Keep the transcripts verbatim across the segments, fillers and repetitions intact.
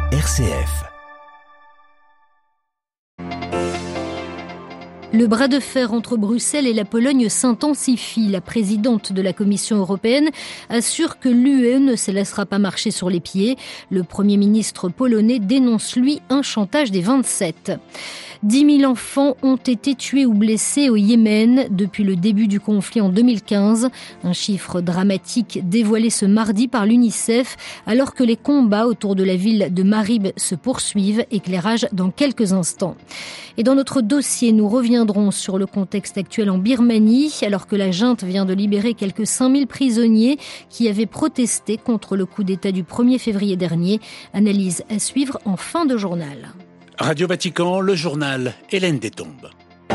R C F. Le bras de fer entre Bruxelles et la Pologne s'intensifie. La présidente de la Commission européenne assure que l'U E ne se laissera pas marcher sur les pieds. Le Premier ministre polonais dénonce, lui, un chantage des vingt-sept. dix mille enfants ont été tués ou blessés au Yémen depuis le début du conflit en deux mille quinze. Un chiffre dramatique dévoilé ce mardi par l'UNICEF alors que les combats autour de la ville de Marib se poursuivent. Éclairage dans quelques instants. Et dans notre dossier, nous reviendrons sur le contexte actuel en Birmanie, alors que la junte vient de libérer quelques cinq mille prisonniers qui avaient protesté contre le coup d'État du premier février dernier. Analyse à suivre en fin de journal. Radio Vatican, le journal Hélène Détombe.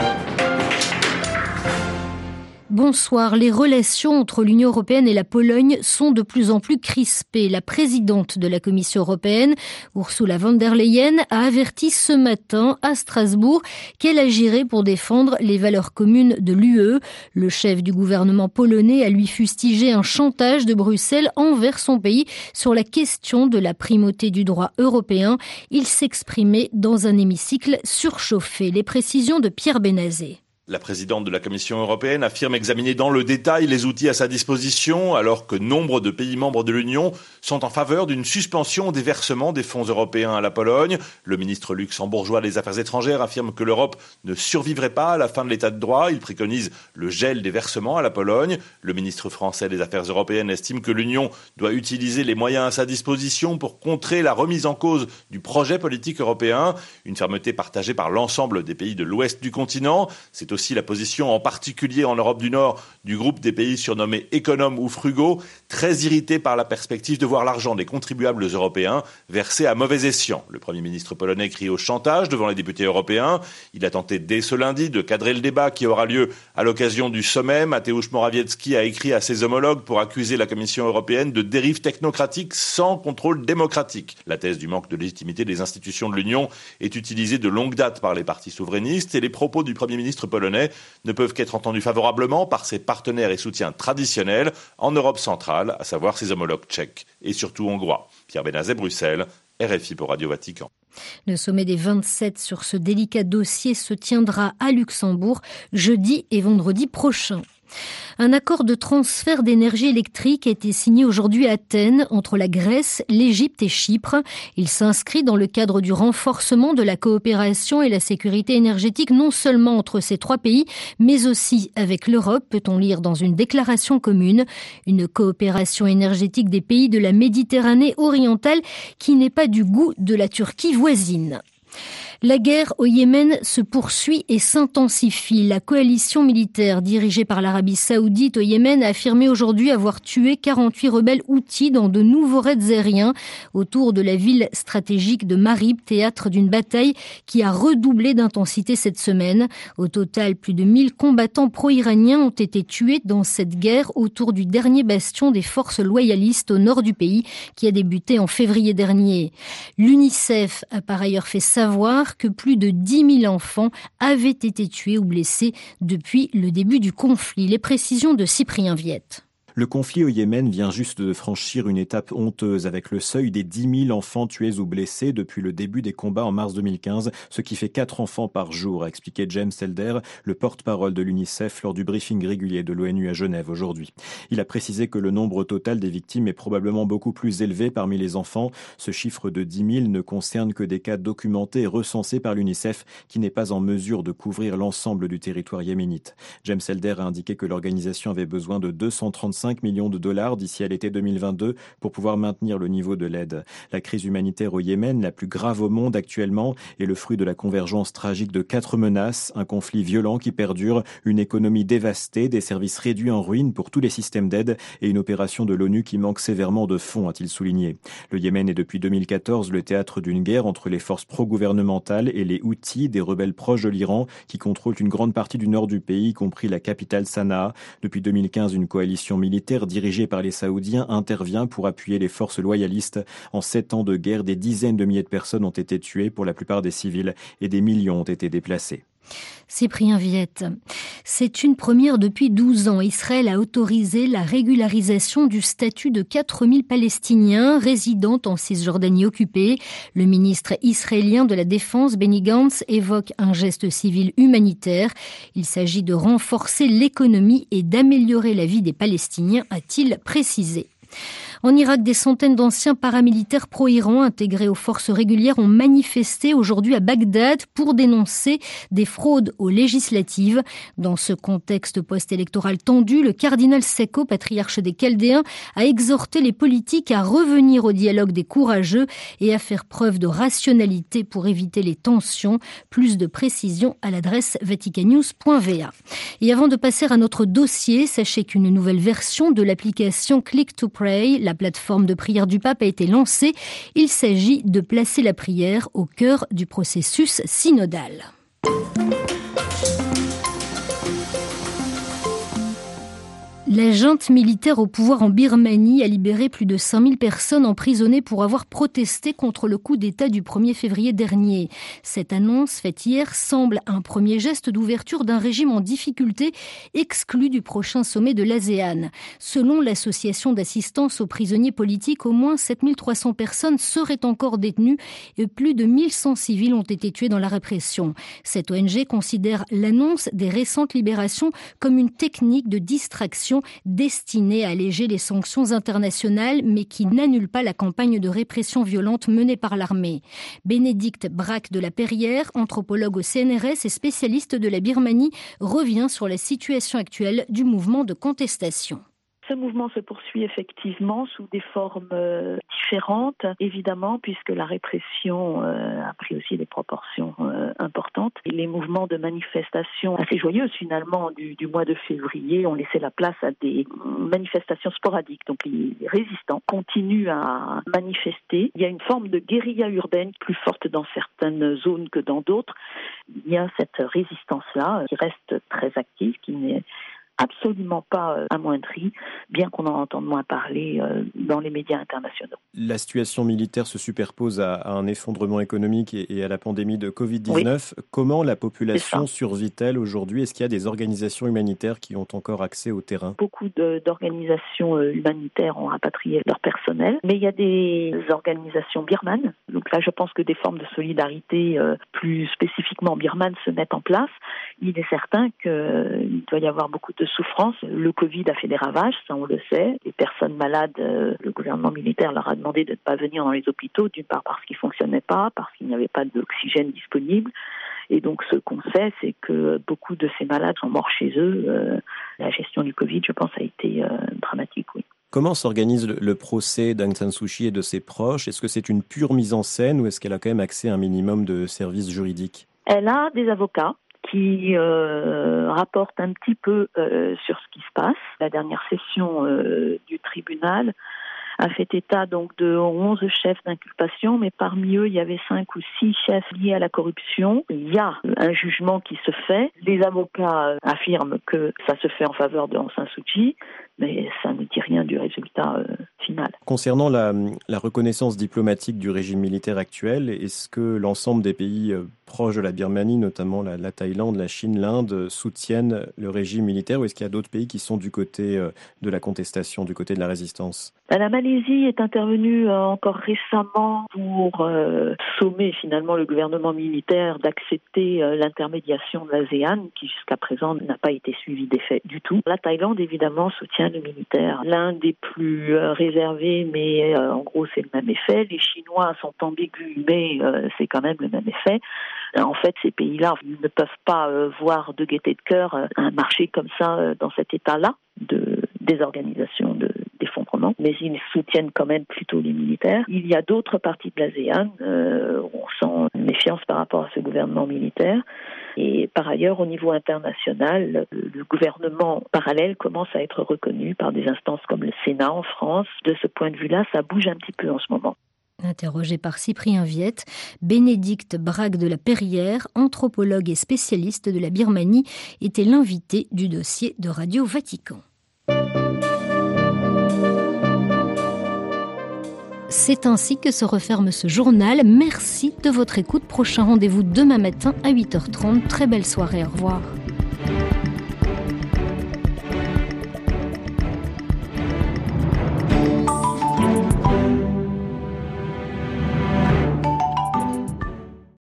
Bonsoir. Les relations entre l'Union européenne et la Pologne sont de plus en plus crispées. La présidente de la Commission européenne, Ursula von der Leyen, a averti ce matin à Strasbourg qu'elle agirait pour défendre les valeurs communes de l'U E. Le chef du gouvernement polonais a lui fustigé un chantage de Bruxelles envers son pays sur la question de la primauté du droit européen. Il s'exprimait dans un hémicycle surchauffé. Les précisions de Pierre Benazet. La présidente de la Commission européenne affirme examiner dans le détail les outils à sa disposition, alors que nombre de pays membres de l'Union sont en faveur d'une suspension des versements des fonds européens à la Pologne. Le ministre luxembourgeois des Affaires étrangères affirme que l'Europe ne survivrait pas à la fin de l'état de droit. Il préconise le gel des versements à la Pologne. Le ministre français des Affaires européennes estime que l'Union doit utiliser les moyens à sa disposition pour contrer la remise en cause du projet politique européen. Une fermeté partagée par l'ensemble des pays de l'ouest du continent. C'est aussi la position, en particulier en Europe du Nord, du groupe des pays surnommés économes ou frugaux, très irrités par la perspective de voir l'argent des contribuables européens versé à mauvais escient. Le Premier ministre polonais crie au chantage devant les députés européens. Il a tenté dès ce lundi de cadrer le débat qui aura lieu à l'occasion du sommet. Mateusz Morawiecki a écrit à ses homologues pour accuser la Commission européenne de dérive technocratique sans contrôle démocratique. La thèse du manque de légitimité des institutions de l'Union est utilisée de longue date par les partis souverainistes et les propos du Premier ministre polonais ne peuvent qu'être entendus favorablement par ses partenaires et soutiens traditionnels en Europe centrale, à savoir ses homologues tchèques et surtout hongrois. Pierre Benazet, Bruxelles, R F I pour Radio Vatican. Le sommet des vingt-sept sur ce délicat dossier se tiendra à Luxembourg jeudi et vendredi prochain. Un accord de transfert d'énergie électrique a été signé aujourd'hui à Athènes entre la Grèce, l'Égypte et Chypre. Il s'inscrit dans le cadre du renforcement de la coopération et la sécurité énergétique non seulement entre ces trois pays, mais aussi avec l'Europe, peut-on lire dans une déclaration commune. Une coopération énergétique des pays de la Méditerranée orientale qui n'est pas du goût de la Turquie voisine. La guerre au Yémen se poursuit et s'intensifie. La coalition militaire dirigée par l'Arabie Saoudite au Yémen a affirmé aujourd'hui avoir tué quarante-huit rebelles houthis dans de nouveaux raids aériens autour de la ville stratégique de Marib, théâtre d'une bataille qui a redoublé d'intensité cette semaine. Au total, plus de mille combattants pro-iraniens ont été tués dans cette guerre autour du dernier bastion des forces loyalistes au nord du pays qui a débuté en février dernier. L'UNICEF a par ailleurs fait savoir que plus de dix mille enfants avaient été tués ou blessés depuis le début du conflit. Les précisions de Cyprien Viette. Le conflit au Yémen vient juste de franchir une étape honteuse avec le seuil des dix mille enfants tués ou blessés depuis le début des combats en mars deux mille quinze, ce qui fait quatre enfants par jour, a expliqué James Elder, le porte-parole de l'UNICEF lors du briefing régulier de l'ONU à Genève aujourd'hui. Il a précisé que le nombre total des victimes est probablement beaucoup plus élevé parmi les enfants. Ce chiffre de dix mille ne concerne que des cas documentés et recensés par l'UNICEF qui n'est pas en mesure de couvrir l'ensemble du territoire yéménite. James Elder a indiqué que l'organisation avait besoin de deux cent trente-cinq millions de dollars d'ici à l'été deux mille vingt-deux pour pouvoir maintenir le niveau de l'aide. La crise humanitaire au Yémen, la plus grave au monde actuellement, est le fruit de la convergence tragique de quatre menaces, un conflit violent qui perdure, une économie dévastée, des services réduits en ruine pour tous les systèmes d'aide et une opération de l'ONU qui manque sévèrement de fonds, a-t-il souligné. Le Yémen est depuis deux mille quatorze le théâtre d'une guerre entre les forces pro-gouvernementales et les Houthis, des rebelles proches de l'Iran, qui contrôlent une grande partie du nord du pays, y compris la capitale Sanaa. Depuis deux mille quinze, une coalition militaire militaire dirigée par les Saoudiens intervient pour appuyer les forces loyalistes. En sept ans de guerre, des dizaines de milliers de personnes ont été tuées, pour la plupart des civils, et des millions ont été déplacés. Cyprien Viette. C'est une première depuis douze ans. Israël a autorisé la régularisation du statut de quatre mille Palestiniens résidant en Cisjordanie occupée. Le ministre israélien de la Défense, Benny Gantz, évoque un geste civil humanitaire. Il s'agit de renforcer l'économie et d'améliorer la vie des Palestiniens, a-t-il précisé. En Irak, des centaines d'anciens paramilitaires pro-Iran intégrés aux forces régulières ont manifesté aujourd'hui à Bagdad pour dénoncer des fraudes aux législatives. Dans ce contexte post-électoral tendu, le cardinal Secco, patriarche des Chaldéens, a exhorté les politiques à revenir au dialogue des courageux et à faire preuve de rationalité pour éviter les tensions. Plus de précisions à l'adresse vaticannews point v a. Et avant de passer à notre dossier, sachez qu'une nouvelle version de l'application Click to Pray, la plateforme de prière du pape, a été lancée. Il s'agit de placer la prière au cœur du processus synodal. La junte militaire au pouvoir en Birmanie a libéré plus de cinq mille personnes emprisonnées pour avoir protesté contre le coup d'État du premier février dernier. Cette annonce faite hier semble un premier geste d'ouverture d'un régime en difficulté exclu du prochain sommet de l'ASEAN. Selon l'association d'assistance aux prisonniers politiques, au moins sept mille trois cents personnes seraient encore détenues et plus de mille cent civils ont été tués dans la répression. Cette O N G considère l'annonce des récentes libérations comme une technique de distraction destinée à alléger les sanctions internationales, mais qui n'annule pas la campagne de répression violente menée par l'armée. Bénédicte Braque de la Perrière, anthropologue au C N R S et spécialiste de la Birmanie, revient sur la situation actuelle du mouvement de contestation. Ce mouvement se poursuit effectivement sous des formes euh, différentes, évidemment, puisque la répression euh, a pris aussi des proportions euh, importantes. Et les mouvements de manifestation assez joyeux, finalement, du, du mois de février ont laissé la place à des manifestations sporadiques. Donc les résistants continuent à manifester. Il y a une forme de guérilla urbaine plus forte dans certaines zones que dans d'autres. Il y a cette résistance-là qui reste très active, qui n'est absolument pas euh, amoindrie, bien qu'on en entende moins parler euh, dans les médias internationaux. La situation militaire se superpose à, à un effondrement économique et, et à la pandémie de covid dix-neuf. Oui. Comment la population survit-elle aujourd'hui? Est-ce qu'il y a des organisations humanitaires qui ont encore accès au terrain? Beaucoup de, d'organisations euh, humanitaires ont rapatrié leur personnel, mais il y a des organisations birmanes. Donc là, je pense que des formes de solidarité euh, plus spécifiquement birmanes se mettent en place. Il est certain qu'il euh, doit y avoir beaucoup de souffrance. Le Covid a fait des ravages, ça on le sait. Les personnes malades, euh, le gouvernement militaire leur a demandé de ne pas venir dans les hôpitaux, d'une part parce qu'ils ne fonctionnaient pas, parce qu'il n'y avait pas d'oxygène disponible. Et donc ce qu'on sait, c'est que beaucoup de ces malades sont morts chez eux. Euh, la gestion du Covid, je pense, a été euh, dramatique, oui. Comment s'organise le, le procès d'Aung San Suu Kyi et de ses proches? Est-ce que c'est une pure mise en scène ou est-ce qu'elle a quand même accès à un minimum de services juridiques? Elle a des avocats qui euh, rapporte un petit peu euh, sur ce qui se passe. La dernière session euh, du tribunal a fait état donc de onze chefs d'inculpation, mais parmi eux, il y avait cinq ou six chefs liés à la corruption. Il y a un jugement qui se fait. Les avocats affirment que ça se fait en faveur de Aung San Suu Kyi, mais ça ne dit rien du résultat euh, final. Concernant la, la reconnaissance diplomatique du régime militaire actuel, est-ce que l'ensemble des pays euh, proches de la Birmanie, notamment la, la Thaïlande, la Chine, l'Inde, soutiennent le régime militaire, ou est-ce qu'il y a d'autres pays qui sont du côté euh, de la contestation, du côté de la résistance? La Malaisie est intervenue euh, encore récemment pour euh, sommer finalement le gouvernement militaire d'accepter euh, l'intermédiation de l'ASEAN, qui jusqu'à présent n'a pas été suivie des faits du tout. La Thaïlande, évidemment, soutient le militaire. L'un des plus euh, réservés, mais euh, en gros, c'est le même effet. Les Chinois sont ambigus, mais euh, c'est quand même le même effet. En fait, ces pays-là ne peuvent pas euh, voir de gaieté de cœur euh, un marché comme ça euh, dans cet état-là de désorganisation, de d'effondrement, mais ils soutiennent quand même plutôt les militaires. Il y a d'autres parties de l'ASEAN euh, où on sent une méfiance par rapport à ce gouvernement militaire. Et par ailleurs, au niveau international, le gouvernement parallèle commence à être reconnu par des instances comme le Sénat en France. De ce point de vue-là, ça bouge un petit peu en ce moment. Interrogé par Cyprien Viette, Bénédicte Braque de la Perrière, anthropologue et spécialiste de la Birmanie, était l'invité du dossier de Radio Vatican. C'est ainsi que se referme ce journal. Merci de votre écoute. Prochain rendez-vous demain matin à huit heures trente. Très belle soirée, au revoir.